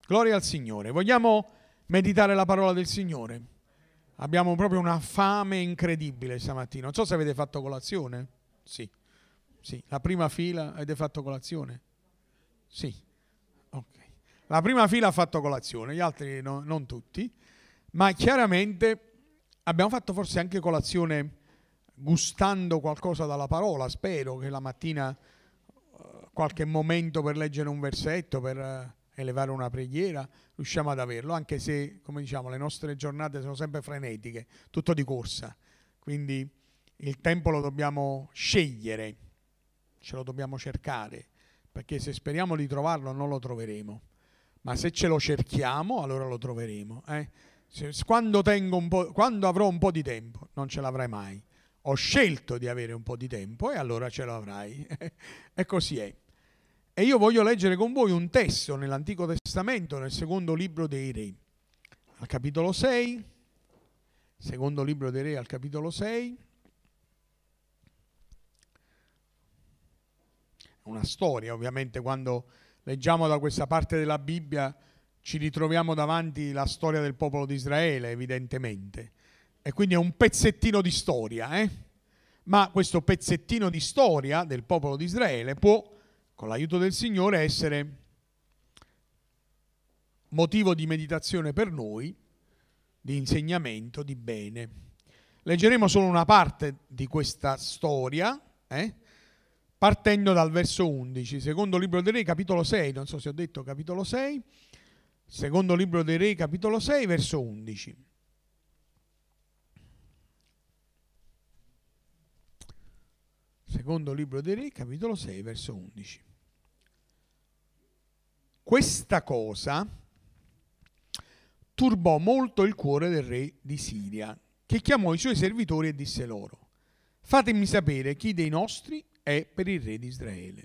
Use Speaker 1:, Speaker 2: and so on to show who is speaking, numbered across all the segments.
Speaker 1: Gloria al Signore. Vogliamo meditare la parola del Signore? Abbiamo proprio una fame incredibile stamattina. Non so se avete fatto colazione. Sì. La prima fila, avete fatto colazione? Sì. Ok. La prima fila ha fatto colazione, gli altri no, non tutti. Ma chiaramente abbiamo fatto forse anche colazione gustando qualcosa dalla parola. Spero che la mattina qualche momento per leggere un versetto, per elevare una preghiera, riusciamo ad averlo, anche se, come diciamo, le nostre giornate sono sempre frenetiche, tutto di corsa. Quindi il tempo lo dobbiamo scegliere, ce lo dobbiamo cercare, perché se speriamo di trovarlo non lo troveremo. Ma se ce lo cerchiamo, allora lo troveremo. Quando avrò un po' di tempo, non ce l'avrai mai. Ho scelto di avere un po' di tempo e allora ce l'avrai. E così è. E io voglio leggere con voi un testo nell'Antico Testamento, nel secondo libro dei Re, al capitolo 6. Secondo libro dei Re, al capitolo 6. Una storia, ovviamente, quando leggiamo da questa parte della Bibbia ci ritroviamo davanti la storia del popolo di Israele, evidentemente. E quindi è un pezzettino di storia, Ma questo pezzettino di storia del popolo di Israele può, con l'aiuto del Signore, essere motivo di meditazione per noi, di insegnamento, di bene. Leggeremo solo una parte di questa storia, partendo dal verso 11, secondo libro dei Re, capitolo 6, non so se ho detto capitolo 6, secondo libro dei Re, capitolo 6, verso 11. Secondo libro dei Re, capitolo 6, verso 11. Questa cosa turbò molto il cuore del re di Siria, che chiamò i suoi servitori e disse loro: fatemi sapere chi dei nostri è per il re di Israele.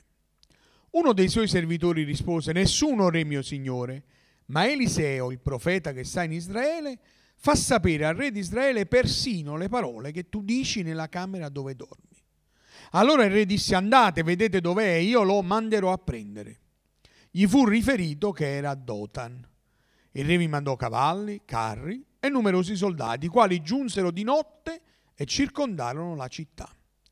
Speaker 1: Uno dei suoi servitori rispose: nessuno, re mio signore, ma Eliseo, il profeta che sta in Israele, fa sapere al re di Israele persino le parole che tu dici nella camera dove dormi. Allora il re disse: andate, vedete dov'è, io lo manderò a prendere. Gli fu riferito che era a Dotan. Il re vi mandò cavalli, carri e numerosi soldati, i quali giunsero di notte e circondarono la città.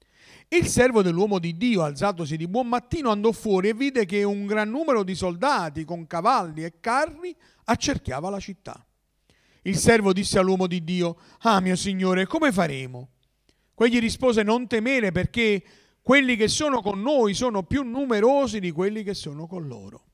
Speaker 1: Il servo dell'uomo di Dio, alzatosi di buon mattino, andò fuori e vide che un gran numero di soldati con cavalli e carri accerchiava la città. Il servo disse all'uomo di Dio: ah, mio signore, come faremo? Quegli rispose: non temere, perché quelli che sono con noi sono più numerosi di quelli che sono con loro.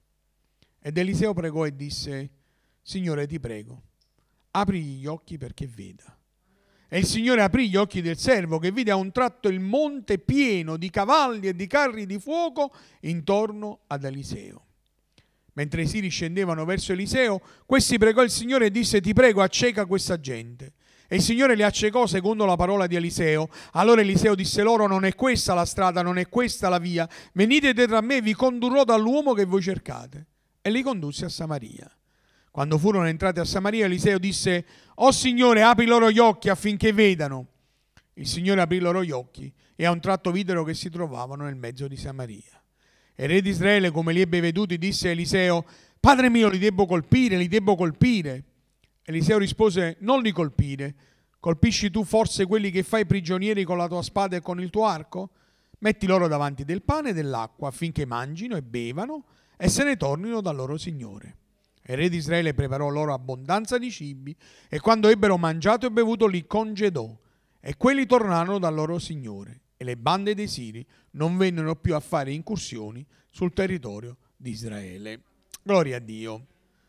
Speaker 1: Ed Eliseo pregò e disse: Signore, ti prego, apri gli occhi perché veda. E il Signore aprì gli occhi del servo, che vide a un tratto il monte pieno di cavalli e di carri di fuoco intorno ad Eliseo. Mentre i siri scendevano verso Eliseo, questi pregò il Signore e disse: ti prego, acceca questa gente. E il Signore li accecò secondo la parola di Eliseo. Allora Eliseo disse loro: non è questa la strada, non è questa la via. Venite dietro a me, vi condurrò dall'uomo che voi cercate. E li condusse a Samaria. Quando furono entrati a Samaria, Eliseo disse: «Oh Signore, apri loro gli occhi affinché vedano». Il Signore aprì loro gli occhi e a un tratto videro che si trovavano nel mezzo di Samaria. E il re di Israele, come li ebbe veduti, disse a Eliseo: «Padre mio, li debbo colpire, li debbo colpire». Eliseo rispose: «Non li colpire. Colpisci tu forse quelli che fai prigionieri con la tua spada e con il tuo arco? Metti loro davanti del pane e dell'acqua affinché mangino e bevano e se ne tornino dal loro Signore». E il re di Israele preparò loro abbondanza di cibi e quando ebbero mangiato e bevuto li congedò e quelli tornarono dal loro Signore e le bande dei siri non vennero più a fare incursioni sul territorio di Israele. Gloria a Dio.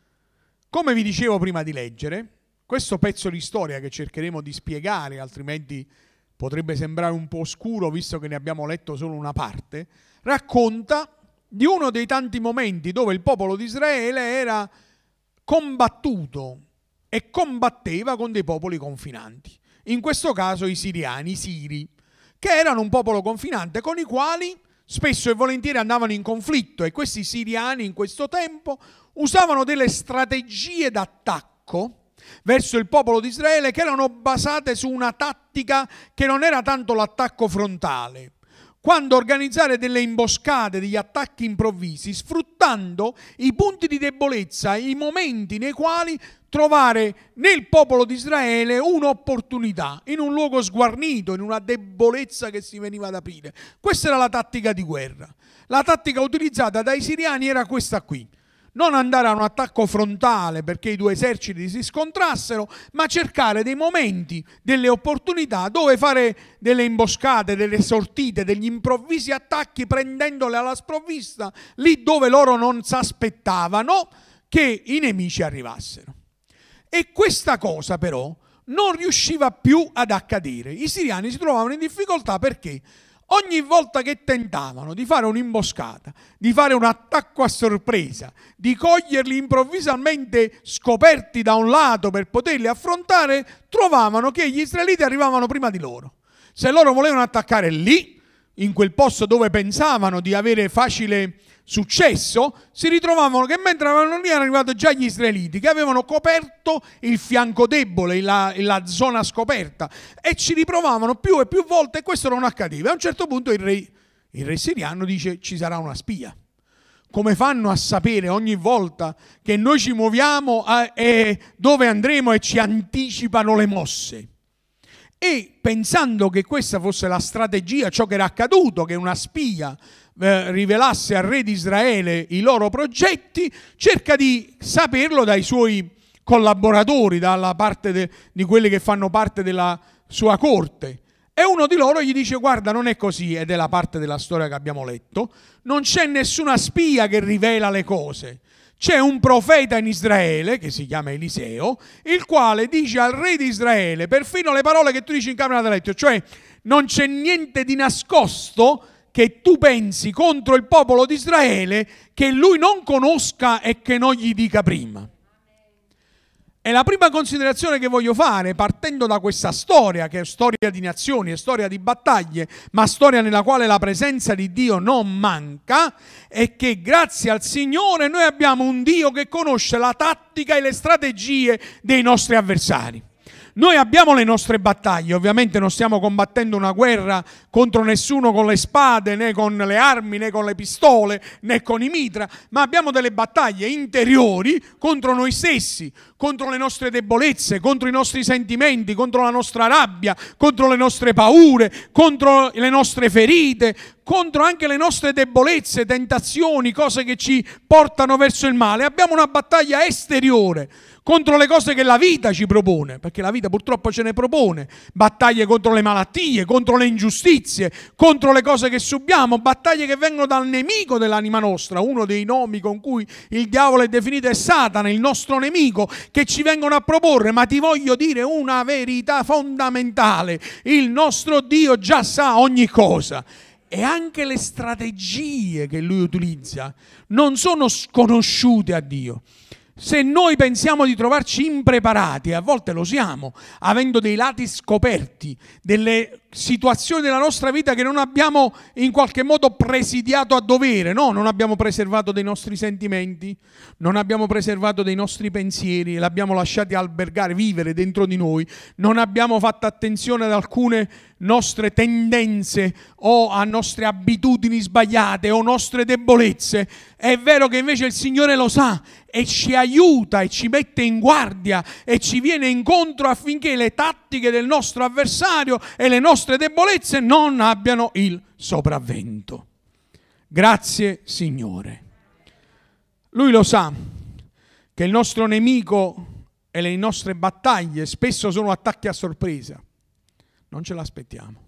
Speaker 1: Come vi dicevo prima di leggere, questo pezzo di storia che cercheremo di spiegare, altrimenti potrebbe sembrare un po' oscuro visto che ne abbiamo letto solo una parte, racconta di uno dei tanti momenti dove il popolo di Israele era combattuto e combatteva con dei popoli confinanti. In questo caso i siriani, i siri, che erano un popolo confinante con i quali spesso e volentieri andavano in conflitto, e questi siriani in questo tempo usavano delle strategie d'attacco verso il popolo di Israele che erano basate su una tattica che non era tanto l'attacco frontale, quando organizzare delle imboscate, degli attacchi improvvisi, sfruttando i punti di debolezza, i momenti nei quali trovare nel popolo di Israele un'opportunità, in un luogo sguarnito, in una debolezza che si veniva ad aprire. Questa era la tattica di guerra. La tattica utilizzata dai siriani era questa qui. Non andare a un attacco frontale perché i due eserciti si scontrassero, ma cercare dei momenti, delle opportunità dove fare delle imboscate, delle sortite, degli improvvisi attacchi, prendendole alla sprovvista, lì dove loro non si aspettavano che i nemici arrivassero. E questa cosa però non riusciva più ad accadere. I siriani si trovavano in difficoltà perché ogni volta che tentavano di fare un'imboscata, di fare un attacco a sorpresa, di coglierli improvvisamente scoperti da un lato per poterli affrontare, trovavano che gli israeliti arrivavano prima di loro. Se loro volevano attaccare lì, in quel posto dove pensavano di avere facile successo, si ritrovavano che mentre erano lì erano arrivati già gli israeliti che avevano coperto il fianco debole, la zona scoperta, e ci riprovavano più e più volte e questo non accadeva. A un certo punto il re siriano dice: ci sarà una spia. Come fanno a sapere ogni volta che noi ci muoviamo e dove andremo e ci anticipano le mosse? E pensando che questa fosse la strategia, ciò che era accaduto, che una spia rivelasse al re di Israele i loro progetti, cerca di saperlo dai suoi collaboratori, dalla parte di quelli che fanno parte della sua corte. E uno di loro gli dice: guarda, non è così, ed è la parte della storia che abbiamo letto, non c'è nessuna spia che rivela le cose. C'è un profeta in Israele, che si chiama Eliseo, il quale dice al re di Israele perfino le parole che tu dici in camera da letto, cioè non c'è niente di nascosto che tu pensi contro il popolo di Israele che lui non conosca e che non gli dica prima. E la prima considerazione che voglio fare, partendo da questa storia, che è storia di nazioni, è storia di battaglie, ma storia nella quale la presenza di Dio non manca, è che grazie al Signore noi abbiamo un Dio che conosce la tattica e le strategie dei nostri avversari. Noi abbiamo le nostre battaglie, ovviamente non stiamo combattendo una guerra contro nessuno con le spade, né con le armi, né con le pistole, né con i mitra, ma abbiamo delle battaglie interiori contro noi stessi, contro le nostre debolezze, contro i nostri sentimenti, contro la nostra rabbia, contro le nostre paure, contro le nostre ferite, contro anche le nostre debolezze, tentazioni, cose che ci portano verso il male. Abbiamo una battaglia esteriore contro le cose che la vita ci propone, perché la vita purtroppo ce ne propone, battaglie contro le malattie, contro le ingiustizie, contro le cose che subiamo, battaglie che vengono dal nemico dell'anima nostra, uno dei nomi con cui il diavolo è definito è Satana, il nostro nemico, che ci vengono a proporre. Ma ti voglio dire una verità fondamentale: il nostro Dio già sa ogni cosa. E anche le strategie che lui utilizza non sono sconosciute a Dio. Se noi pensiamo di trovarci impreparati, e a volte lo siamo, avendo dei lati scoperti, delle situazioni della nostra vita che non abbiamo in qualche modo presidiato a dovere, no? Non abbiamo preservato dei nostri sentimenti, non abbiamo preservato dei nostri pensieri, l'abbiamo lasciati albergare, vivere dentro di noi, non abbiamo fatto attenzione ad alcune nostre tendenze o a nostre abitudini sbagliate o nostre debolezze. È vero che invece il Signore lo sa e ci aiuta e ci mette in guardia e ci viene incontro affinché le tattiche del nostro avversario e le nostre debolezze non abbiano il sopravvento. Grazie Signore. Lui lo sa che il nostro nemico e le nostre battaglie spesso sono attacchi a sorpresa. Non ce l'aspettiamo.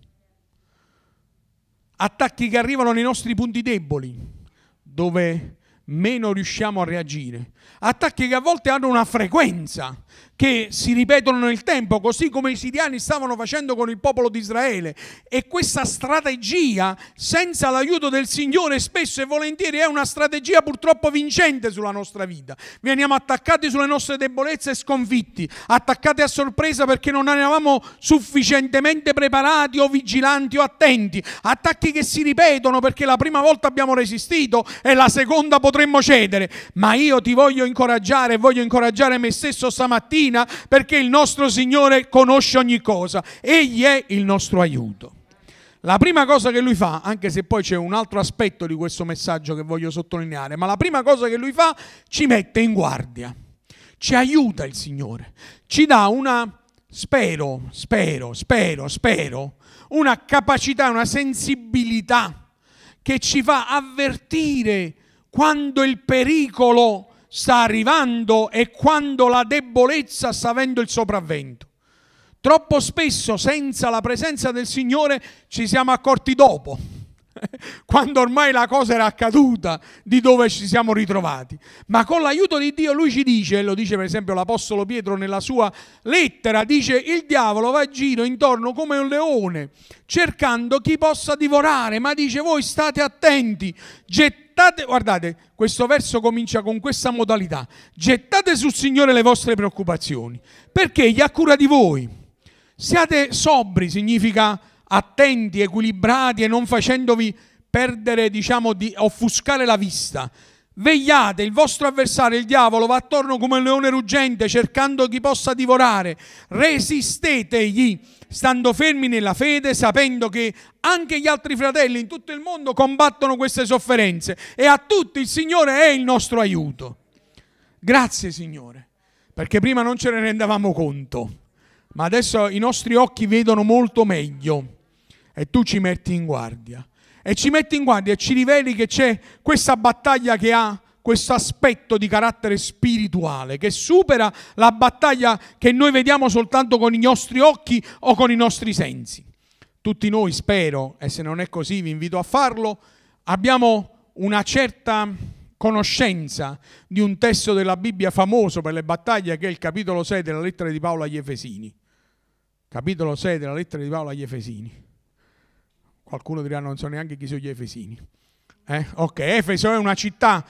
Speaker 1: Attacchi che arrivano nei nostri punti deboli, dove meno riusciamo a reagire. Attacchi che a volte hanno una frequenza, che si ripetono nel tempo, così come i siriani stavano facendo con il popolo di Israele. E questa strategia, senza l'aiuto del Signore, spesso e volentieri è una strategia purtroppo vincente sulla nostra vita. Veniamo attaccati sulle nostre debolezze e sconfitti, attaccati a sorpresa perché non eravamo sufficientemente preparati o vigilanti o attenti, attacchi che si ripetono perché la prima volta abbiamo resistito e la seconda potremmo cedere. Ma io ti voglio incoraggiare e voglio incoraggiare me stesso stamattina, perché il nostro Signore conosce ogni cosa, Egli è il nostro aiuto. la prima cosa che lui fa, anche se poi c'è un altro aspetto di questo messaggio che voglio sottolineare, ma la prima cosa che lui fa, ci mette in guardia, ci aiuta il Signore, ci dà una, spero, una capacità, una sensibilità che ci fa avvertire quando il pericolo sta arrivando e quando la debolezza sta avendo il sopravvento. Troppo spesso senza la presenza del Signore ci siamo accorti dopo, quando ormai la cosa era accaduta, di dove ci siamo ritrovati. Ma con l'aiuto di Dio lui ci dice, lo dice per esempio l'Apostolo Pietro nella sua lettera, dice: il diavolo va a giro intorno come un leone, cercando chi possa divorare, ma dice voi state attenti, gettate, guardate, questo verso comincia con questa modalità: gettate sul Signore le vostre preoccupazioni, perché egli ha cura di voi. Siate sobri, significa attenti, equilibrati e non facendovi perdere, diciamo, di offuscare la vista. Vegliate, il vostro avversario, il diavolo, va attorno come un leone ruggente cercando chi possa divorare. Resistetegli, stando fermi nella fede, sapendo che anche gli altri fratelli in tutto il mondo combattono queste sofferenze e a tutti il Signore è il nostro aiuto. Grazie Signore, perché prima non ce ne rendevamo conto, ma adesso i nostri occhi vedono molto meglio e tu ci metti in guardia. E ci metti in guardia e ci riveli che c'è questa battaglia che ha questo aspetto di carattere spirituale, che supera la battaglia che noi vediamo soltanto con i nostri occhi o con i nostri sensi. Tutti noi, spero, e se non è così vi invito a farlo, abbiamo una certa conoscenza di un testo della Bibbia famoso per le battaglie, che è il capitolo 6 della lettera di Paolo agli Efesini. Capitolo 6 della lettera di Paolo agli Efesini. Qualcuno dirà non so neanche chi sono gli Efesini. Ok, Efeso è una città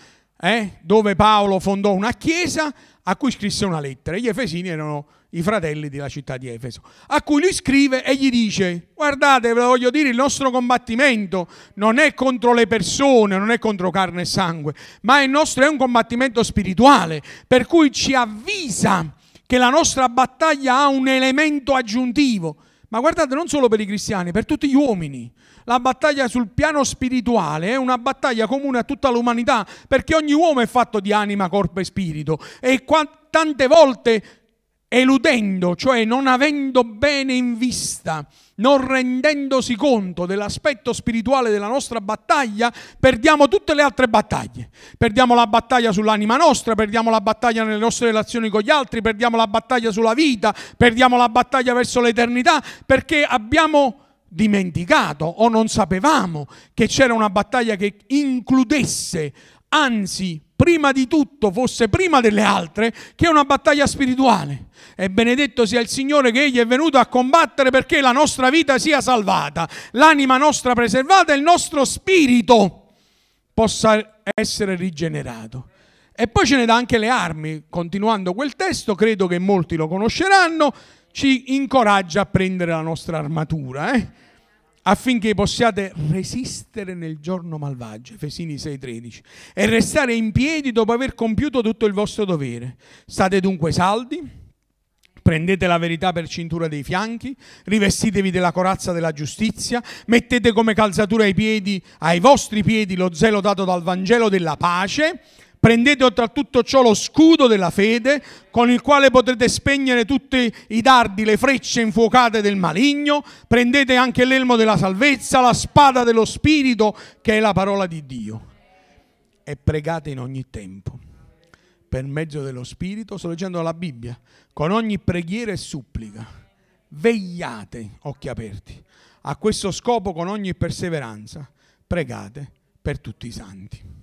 Speaker 1: dove Paolo fondò una chiesa a cui scrisse una lettera. Gli Efesini erano i fratelli della città di Efeso, a cui lui scrive e gli dice: guardate, ve lo voglio dire, il nostro combattimento non è contro le persone, non è contro carne e sangue, ma il nostro è un combattimento spirituale, per cui ci avvisa che la nostra battaglia ha un elemento aggiuntivo. Ma guardate, non solo per i cristiani, per tutti gli uomini. La battaglia sul piano spirituale è una battaglia comune a tutta l'umanità, perché ogni uomo è fatto di anima, corpo e spirito, e tante volte eludendo, cioè non avendo bene in vista, non rendendosi conto dell'aspetto spirituale della nostra battaglia, perdiamo tutte le altre battaglie. Perdiamo la battaglia sull'anima nostra, perdiamo la battaglia nelle nostre relazioni con gli altri, perdiamo la battaglia sulla vita, perdiamo la battaglia verso l'eternità, perché abbiamo dimenticato o non sapevamo che c'era una battaglia che includesse, anzi prima di tutto fosse prima delle altre, che è una battaglia spirituale. E benedetto sia il Signore che Egli è venuto a combattere perché la nostra vita sia salvata, l'anima nostra preservata e il nostro spirito possa essere rigenerato. E poi ce ne dà anche le armi. Continuando quel testo, credo che molti lo conosceranno, ci incoraggia a prendere la nostra armatura, affinché possiate resistere nel giorno malvagio, Efesini 6,13, e restare in piedi dopo aver compiuto tutto il vostro dovere. State dunque saldi, prendete la verità per cintura dei fianchi, rivestitevi della corazza della giustizia, mettete come calzatura ai vostri piedi lo zelo dato dal Vangelo della pace. Prendete oltre a tutto ciò lo scudo della fede, con il quale potrete spegnere tutti i dardi, le frecce infuocate del maligno. Prendete anche l'elmo della salvezza, la spada dello Spirito, che è la parola di Dio. E pregate in ogni tempo, per mezzo dello Spirito, sto leggendo la Bibbia, con ogni preghiera e supplica. Vegliate, occhi aperti, a questo scopo con ogni perseveranza. Pregate per tutti i santi.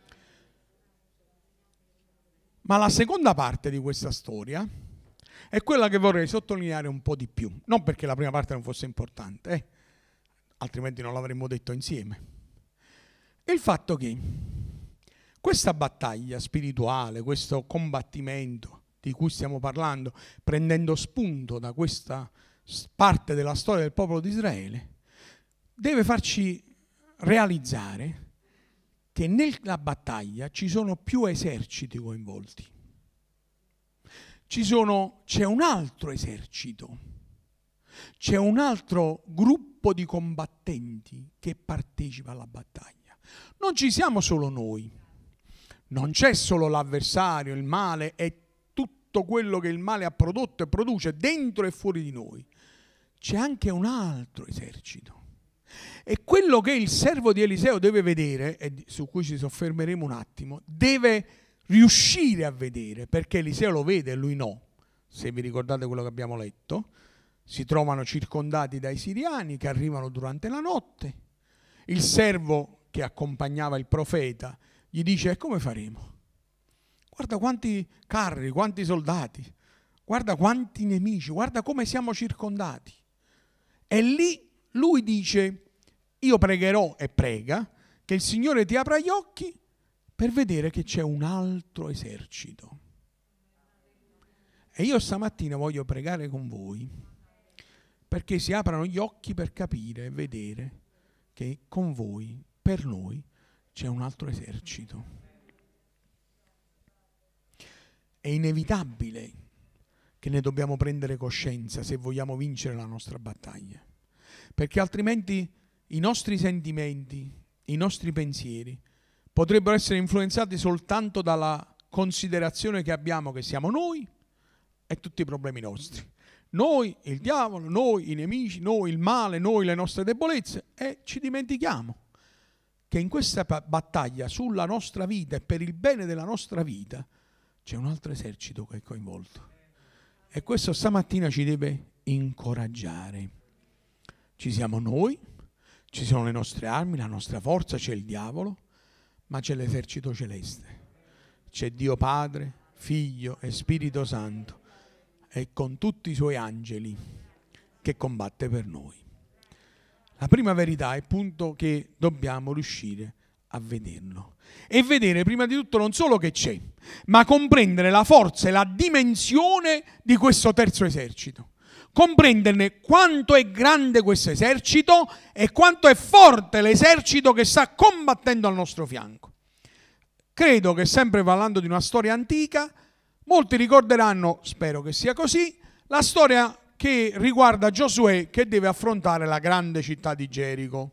Speaker 1: Ma la seconda parte di questa storia è quella che vorrei sottolineare un po' di più. Non perché la prima parte non fosse importante, altrimenti non l'avremmo detto insieme. È il fatto che questa battaglia spirituale, questo combattimento di cui stiamo parlando, prendendo spunto da questa parte della storia del popolo di Israele, deve farci realizzare che nella battaglia ci sono più eserciti coinvolti. C'è un altro esercito C'è un altro gruppo di combattenti che partecipa alla battaglia. Non ci siamo solo noi. Non c'è solo l'avversario, il male e tutto quello che il male ha prodotto e produce dentro e fuori di noi. C'è anche un altro esercito. E quello che il servo di Eliseo deve vedere, e su cui ci soffermeremo un attimo, deve riuscire a vedere, perché Eliseo lo vede e lui no. Se vi ricordate quello che abbiamo letto, si trovano circondati dai siriani che arrivano durante la notte. Il servo che accompagnava il profeta gli dice: e come faremo? Guarda quanti carri, quanti soldati, guarda quanti nemici, guarda come siamo circondati. E lì lui dice: io pregherò, e prega, che il Signore ti apra gli occhi per vedere che c'è un altro esercito. E io stamattina voglio pregare con voi perché si aprano gli occhi per capire e vedere che con voi, per noi, c'è un altro esercito. È inevitabile che ne dobbiamo prendere coscienza se vogliamo vincere la nostra battaglia, perché altrimenti i nostri sentimenti, i nostri pensieri potrebbero essere influenzati soltanto dalla considerazione che abbiamo che siamo noi e tutti i problemi nostri. Noi, il diavolo, noi, i nemici, noi, il male, noi, le nostre debolezze, e ci dimentichiamo che in questa battaglia sulla nostra vita e per il bene della nostra vita c'è un altro esercito che è coinvolto. E questo stamattina ci deve incoraggiare. Ci siamo noi, ci sono le nostre armi, la nostra forza, c'è il diavolo, ma c'è l'esercito celeste. C'è Dio Padre, Figlio e Spirito Santo, e con tutti i suoi angeli che combatte per noi. La prima verità è appunto che dobbiamo riuscire a vederlo e vedere prima di tutto non solo che c'è, ma comprendere la forza e la dimensione di questo terzo esercito, comprenderne quanto è grande questo esercito e quanto è forte l'esercito che sta combattendo al nostro fianco. Credo che, sempre parlando di una storia antica, molti ricorderanno, spero che sia così, la storia che riguarda Giosuè che deve affrontare la grande città di Gerico.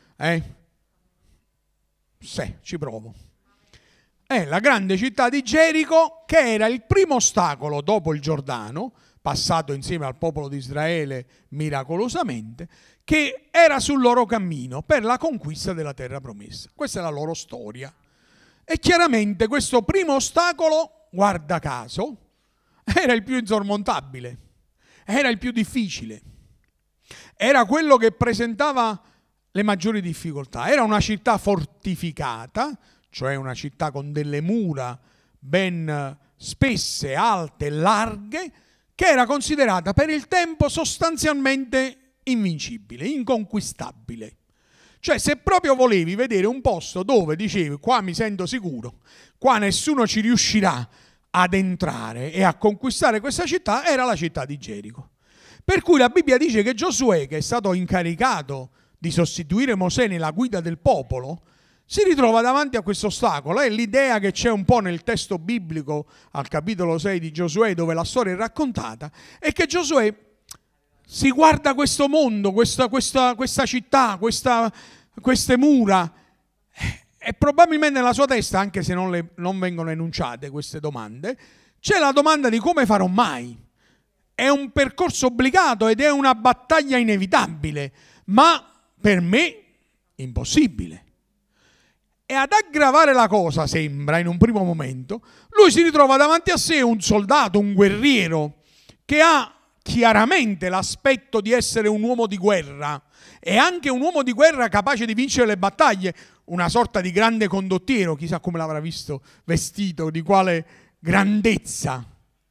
Speaker 1: Sì, ci provo. È la grande città di Gerico, che era il primo ostacolo dopo il Giordano, passato insieme al popolo di Israele miracolosamente, che era sul loro cammino per la conquista della terra promessa. Questa è la loro storia. E chiaramente questo primo ostacolo, guarda caso, era il più insormontabile, era il più difficile, era quello che presentava le maggiori difficoltà. Era una città fortificata, cioè una città con delle mura ben spesse, alte, larghe, che era considerata per il tempo sostanzialmente invincibile, inconquistabile. Cioè, se proprio volevi vedere un posto dove dicevi: qua mi sento sicuro, qua nessuno ci riuscirà ad entrare e a conquistare questa città, era la città di Gerico. Per cui la Bibbia dice che Giosuè, che è stato incaricato di sostituire Mosè nella guida del popolo, si ritrova davanti a questo ostacolo. E l'idea che c'è un po' nel testo biblico, al capitolo 6 di Giosuè, dove la storia è raccontata, è che Giosuè si guarda questo mondo, questa città, queste mura, e probabilmente nella sua testa, anche se non vengono enunciate queste domande, c'è la domanda di come farò mai. È un percorso obbligato ed è una battaglia inevitabile, ma per me impossibile. E ad aggravare la cosa, sembra in un primo momento, lui si ritrova davanti a sé un soldato, un guerriero, che ha chiaramente l'aspetto di essere un uomo di guerra, e anche un uomo di guerra capace di vincere le battaglie, una sorta di grande condottiero, chissà come l'avrà visto vestito, di quale grandezza,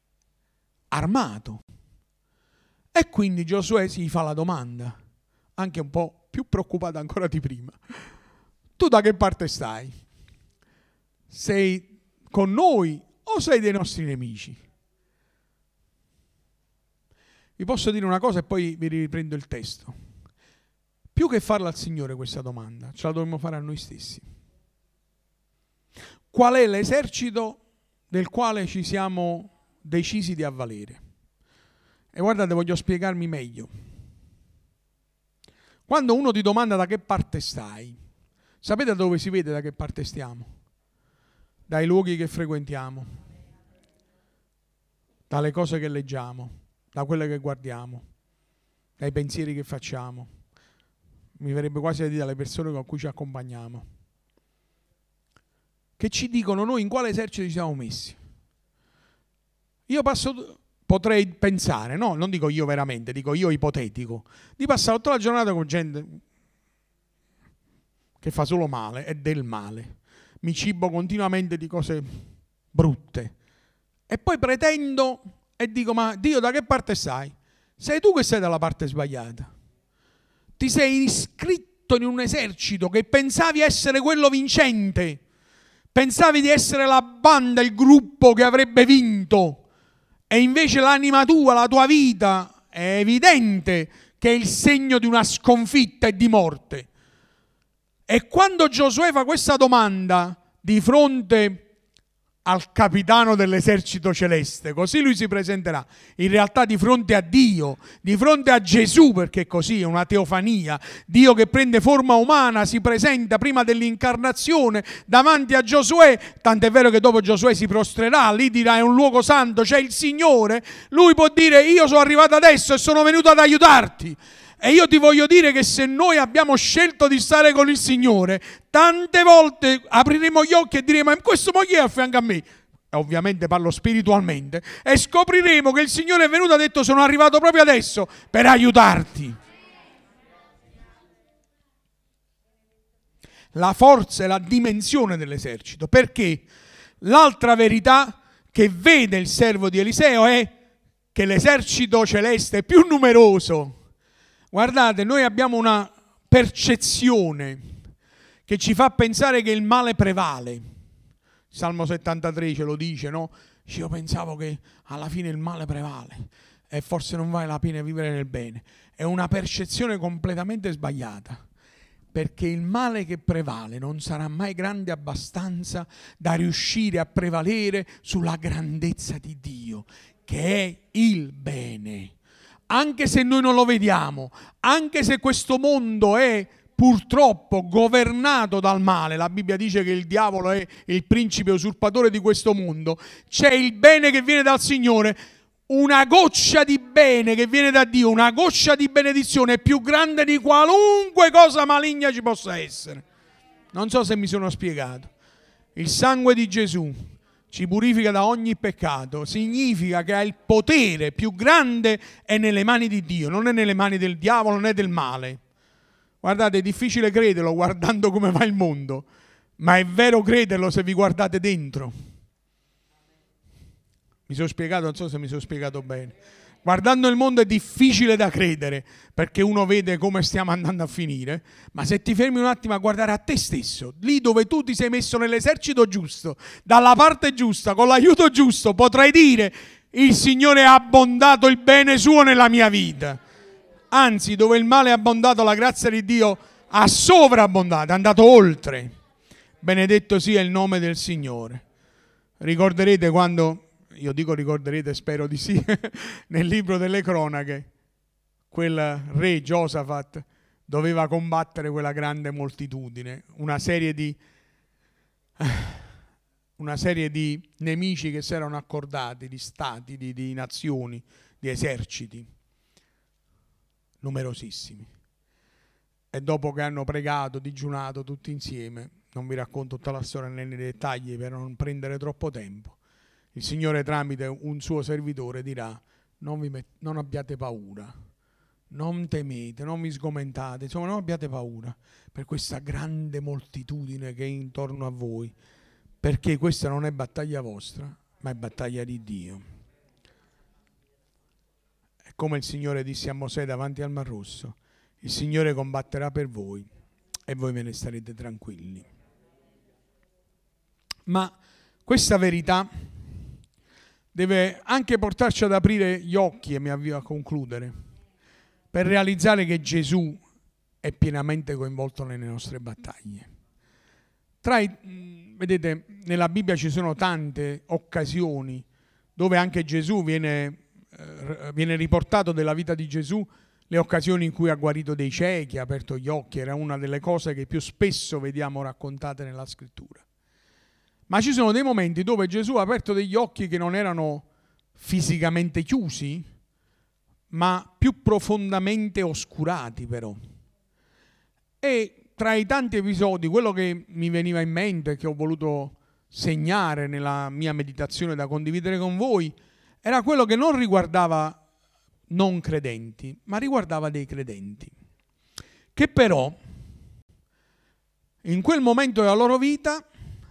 Speaker 1: armato. E quindi Giosuè si fa la domanda, anche un po' più preoccupata ancora di prima: tu da che parte stai? Sei con noi o sei dei nostri nemici? Vi posso dire una cosa e poi vi riprendo il testo. Più che farla al Signore questa domanda, ce la dobbiamo fare a noi stessi. Qual è l'esercito del quale ci siamo decisi di avvalere? E guardate, voglio spiegarmi meglio. Quando uno ti domanda da che parte stai, sapete da dove si vede da che parte stiamo? Dai luoghi che frequentiamo, dalle cose che leggiamo, da quelle che guardiamo, dai pensieri che facciamo. Mi verrebbe quasi da dire dalle persone con cui ci accompagniamo, che ci dicono noi in quale esercito ci siamo messi. Io potrei pensare, no, non dico io veramente, dico io ipotetico, di passare tutta la giornata con gente che fa solo male e del male. Mi cibo continuamente di cose brutte. E poi pretendo e dico, ma Dio da che parte stai? Sei tu che sei dalla parte sbagliata. Ti sei iscritto in un esercito che pensavi essere quello vincente. Pensavi di essere la banda, il gruppo che avrebbe vinto. E invece l'anima tua, la tua vita, è evidente che è il segno di una sconfitta e di morte. E quando Giosuè fa questa domanda di fronte al capitano dell'esercito celeste, così lui si presenterà, in realtà di fronte a Dio, di fronte a Gesù, perché così è una teofania, Dio che prende forma umana, si presenta prima dell'incarnazione davanti a Giosuè, tant'è vero che dopo Giosuè si prostrerà, lì dirà è un luogo santo, c'è il Signore, lui può dire io sono arrivato adesso e sono venuto ad aiutarti. E io ti voglio dire che se noi abbiamo scelto di stare con il Signore, tante volte apriremo gli occhi e diremo: ma questo mo chi è a fianco a me? Ovviamente parlo spiritualmente. E scopriremo che il Signore è venuto e ha detto: sono arrivato proprio adesso per aiutarti. La forza e la dimensione dell'esercito. Perché l'altra verità che vede il servo di Eliseo è che l'esercito celeste è più numeroso. Guardate, noi abbiamo una percezione che ci fa pensare che il male prevale. Salmo 73 ce lo dice, no? Io pensavo che alla fine il male prevale e forse non vale la pena vivere nel bene. È una percezione completamente sbagliata, perché il male che prevale non sarà mai grande abbastanza da riuscire a prevalere sulla grandezza di Dio, che è il bene. Anche se noi non lo vediamo, anche se questo mondo è purtroppo governato dal male, la Bibbia dice che il diavolo è il principe usurpatore di questo mondo, c'è il bene che viene dal Signore, una goccia di bene che viene da Dio, una goccia di benedizione è più grande di qualunque cosa maligna ci possa essere. Non so se mi sono spiegato. Il sangue di Gesù ci purifica da ogni peccato, significa che ha il potere più grande è nelle mani di Dio, non è nelle mani del diavolo né del male. Guardate, è difficile crederlo guardando come va il mondo, ma è vero crederlo se vi guardate dentro. Mi sono spiegato? Non so se mi sono spiegato bene. Guardando il mondo è difficile da credere, perché uno vede come stiamo andando a finire, ma se ti fermi un attimo a guardare a te stesso, lì dove tu ti sei messo nell'esercito giusto, dalla parte giusta, con l'aiuto giusto, potrai dire: il Signore ha abbondato il bene suo nella mia vita. Anzi, dove il male è abbondato, la grazia di Dio ha sovrabbondato, è andato oltre. Benedetto sia il nome del Signore. Ricorderete quando... Io dico ricorderete, spero di sì, nel libro delle cronache, quel re Giosafat doveva combattere quella grande moltitudine, una serie di nemici che si erano accordati, di stati, di nazioni, di eserciti, numerosissimi. E dopo che hanno pregato, digiunato tutti insieme, non vi racconto tutta la storia nei dettagli per non prendere troppo tempo, il Signore tramite un suo servitore dirà: non abbiate paura, non temete, non vi sgomentate, insomma non abbiate paura per questa grande moltitudine che è intorno a voi, perché questa non è battaglia vostra, ma è battaglia di Dio. È come il Signore disse a Mosè davanti al Mar Rosso: il Signore combatterà per voi e voi ve ne starete tranquilli. Ma questa verità deve anche portarci ad aprire gli occhi, e mi avvio a concludere, per realizzare che Gesù è pienamente coinvolto nelle nostre battaglie. Vedete, nella Bibbia ci sono tante occasioni dove anche Gesù viene riportato della vita di Gesù le occasioni in cui ha guarito dei ciechi, ha aperto gli occhi, era una delle cose che più spesso vediamo raccontate nella scrittura. Ma ci sono dei momenti dove Gesù ha aperto degli occhi che non erano fisicamente chiusi, ma più profondamente oscurati però. E tra i tanti episodi, quello che mi veniva in mente, che ho voluto segnare nella mia meditazione da condividere con voi, era quello che non riguardava non credenti, ma riguardava dei credenti, che però in quel momento della loro vita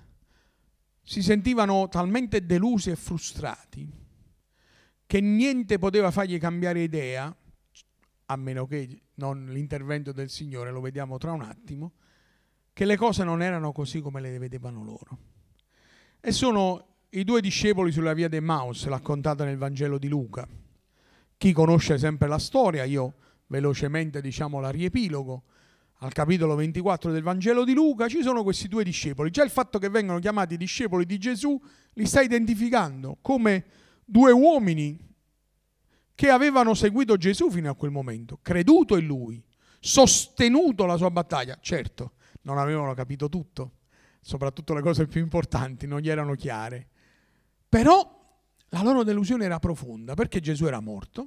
Speaker 1: si sentivano talmente delusi e frustrati che niente poteva fargli cambiare idea, a meno che non l'intervento del Signore, lo vediamo tra un attimo, che le cose non erano così come le vedevano loro. E sono i 2 discepoli sulla via d'Emmaus, raccontata nel Vangelo di Luca. Chi conosce sempre la storia, io velocemente la riepilogo. Al capitolo 24 del Vangelo di Luca ci sono questi 2 discepoli. Già il fatto che vengano chiamati discepoli di Gesù li sta identificando come 2 uomini che avevano seguito Gesù fino a quel momento, creduto in Lui, sostenuto la sua battaglia. Certo, non avevano capito tutto, soprattutto le cose più importanti non gli erano chiare. Però la loro delusione era profonda, perché Gesù era morto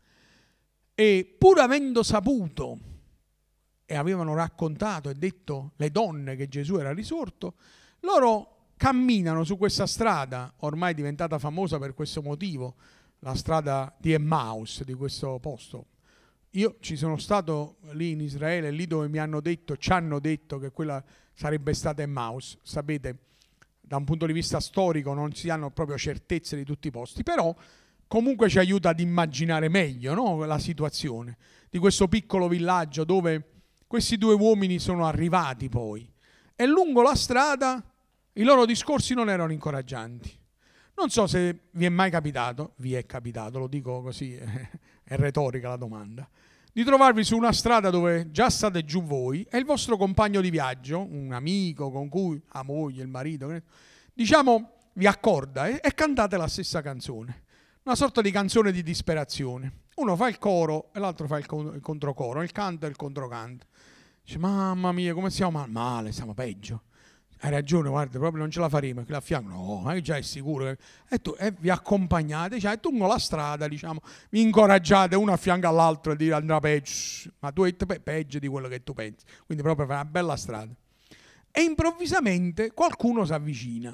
Speaker 1: e pur avendo saputo e avevano raccontato e detto le donne che Gesù era risorto, loro camminano su questa strada, ormai diventata famosa per questo motivo, la strada di Emmaus, di questo posto. Io ci sono stato lì in Israele, lì dove ci hanno detto che quella sarebbe stata Emmaus. Sapete, da un punto di vista storico non si hanno proprio certezze di tutti i posti, però comunque ci aiuta ad immaginare meglio, no? La situazione di questo piccolo villaggio dove questi 2 uomini sono arrivati poi. E lungo la strada i loro discorsi non erano incoraggianti. Non so se vi è capitato, lo dico così, è retorica la domanda, di trovarvi su una strada dove già state giù voi e il vostro compagno di viaggio, un amico con cui, la moglie, il marito, vi accorda e cantate la stessa canzone, una sorta di canzone di disperazione. Uno fa il coro e l'altro fa il controcoro, il canto e il controcanto. Dice, mamma mia, come stiamo male, stiamo peggio. Hai ragione, guarda, proprio non ce la faremo, qui a fianco, no, già è sicuro. E vi accompagnate, e lungo la strada, vi incoraggiate uno a fianco all'altro e dite andrà peggio, ma tu hai peggio di quello che tu pensi. Quindi proprio fai una bella strada. E improvvisamente qualcuno si avvicina.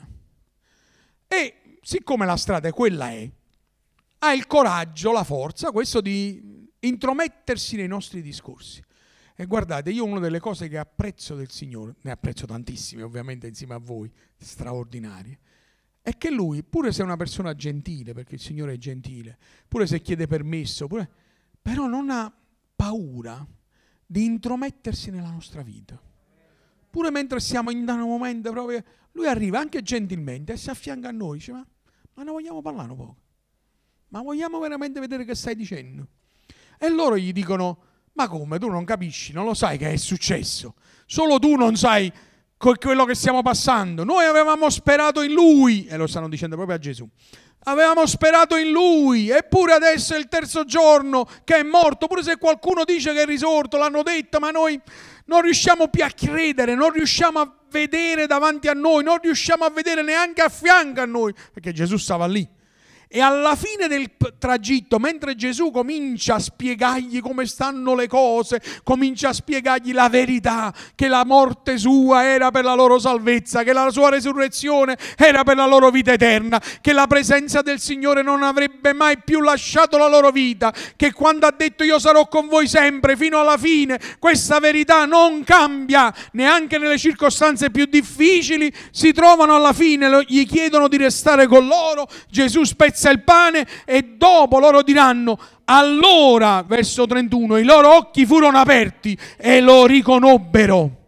Speaker 1: E siccome la strada quella è, ha il coraggio, la forza, questo di intromettersi nei nostri discorsi. E guardate, io una delle cose che apprezzo del Signore, ne apprezzo tantissime ovviamente insieme a voi, straordinarie, è che Lui, pure se è una persona gentile, perché il Signore è gentile, pure se chiede permesso, però non ha paura di intromettersi nella nostra vita. Pure mentre siamo in un momento proprio, Lui arriva anche gentilmente e si affianca a noi, dice, ma ne vogliamo parlare un po'? Ma vogliamo veramente vedere che stai dicendo? E loro gli dicono, ma come, tu non capisci, non lo sai che è successo? Solo tu non sai quello che stiamo passando. Noi avevamo sperato in Lui, e lo stanno dicendo proprio a Gesù. Avevamo sperato in Lui, eppure adesso è il 3° giorno che è morto. Pure se qualcuno dice che è risorto, l'hanno detto, ma noi non riusciamo più a credere, non riusciamo a vedere davanti a noi, non riusciamo a vedere neanche a fianco a noi, perché Gesù stava lì. E alla fine del tragitto, mentre Gesù comincia a spiegargli come stanno le cose, comincia a spiegargli la verità, che la morte sua era per la loro salvezza, che la sua resurrezione era per la loro vita eterna, che la presenza del Signore non avrebbe mai più lasciato la loro vita, che quando ha detto io sarò con voi sempre fino alla fine, questa verità non cambia, neanche nelle circostanze più difficili, si trovano alla fine, gli chiedono di restare con loro, Gesù spezza il pane e dopo loro diranno, allora, verso 31, i loro occhi furono aperti e lo riconobbero.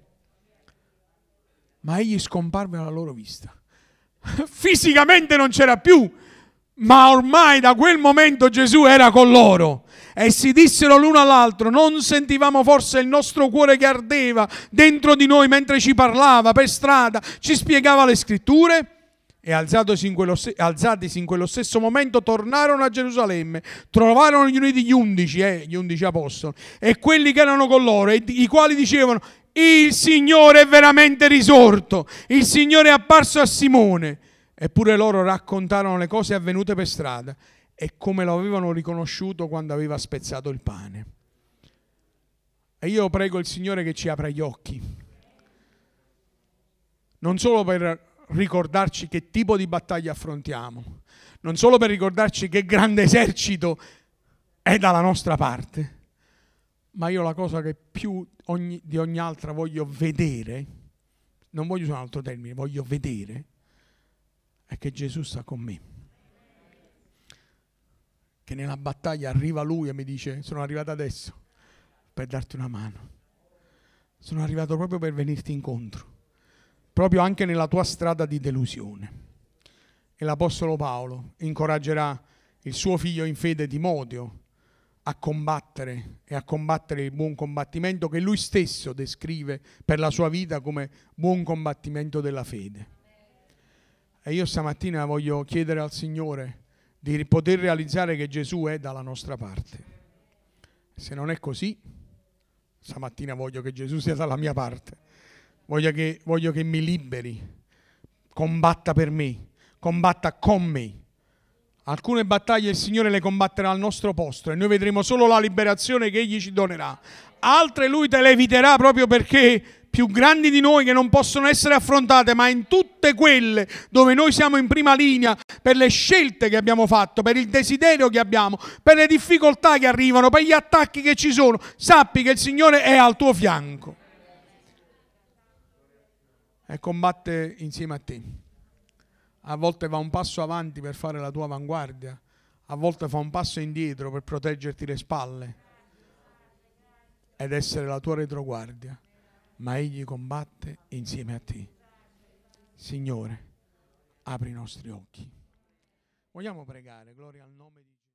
Speaker 1: Ma egli scomparve alla loro vista. Fisicamente non c'era più, ma ormai da quel momento Gesù era con loro. E si dissero l'uno all'altro, non sentivamo forse il nostro cuore che ardeva dentro di noi mentre ci parlava per strada, ci spiegava le scritture? E alzatisi in quello stesso momento tornarono a Gerusalemme, trovarono riuniti gli 11 apostoli, e quelli che erano con loro, i quali dicevano: il Signore è veramente risorto, il Signore è apparso a Simone. Eppure loro raccontarono le cose avvenute per strada e come lo avevano riconosciuto quando aveva spezzato il pane. E io prego il Signore che ci apra gli occhi, non solo per ricordarci che tipo di battaglia affrontiamo, non solo per ricordarci che grande esercito è dalla nostra parte, ma io la cosa che più di ogni altra voglio vedere, non voglio usare un altro termine, voglio vedere, è che Gesù sta con me, che nella battaglia arriva Lui e mi dice: sono arrivato adesso per darti una mano, sono arrivato proprio per venirti incontro, proprio anche nella tua strada di delusione. E l'Apostolo Paolo incoraggerà il suo figlio in fede Timoteo a combattere il buon combattimento che lui stesso descrive per la sua vita come buon combattimento della fede. E io stamattina voglio chiedere al Signore di poter realizzare che Gesù è dalla nostra parte. Se non è così, stamattina voglio che Gesù sia dalla mia parte. Voglio che mi liberi, combatta per me, combatta con me. Alcune battaglie il Signore le combatterà al nostro posto e noi vedremo solo la liberazione che Egli ci donerà. Altre Lui te le eviterà proprio perché più grandi di noi che non possono essere affrontate, ma in tutte quelle dove noi siamo in prima linea per le scelte che abbiamo fatto, per il desiderio che abbiamo, per le difficoltà che arrivano, per gli attacchi che ci sono, sappi che il Signore è al tuo fianco e combatte insieme a te. A volte va un passo avanti per fare la tua avanguardia, a volte fa un passo indietro per proteggerti le spalle ed essere la tua retroguardia, ma Egli combatte insieme a te. Signore, apri i nostri occhi. Vogliamo pregare, gloria al nome di Gesù.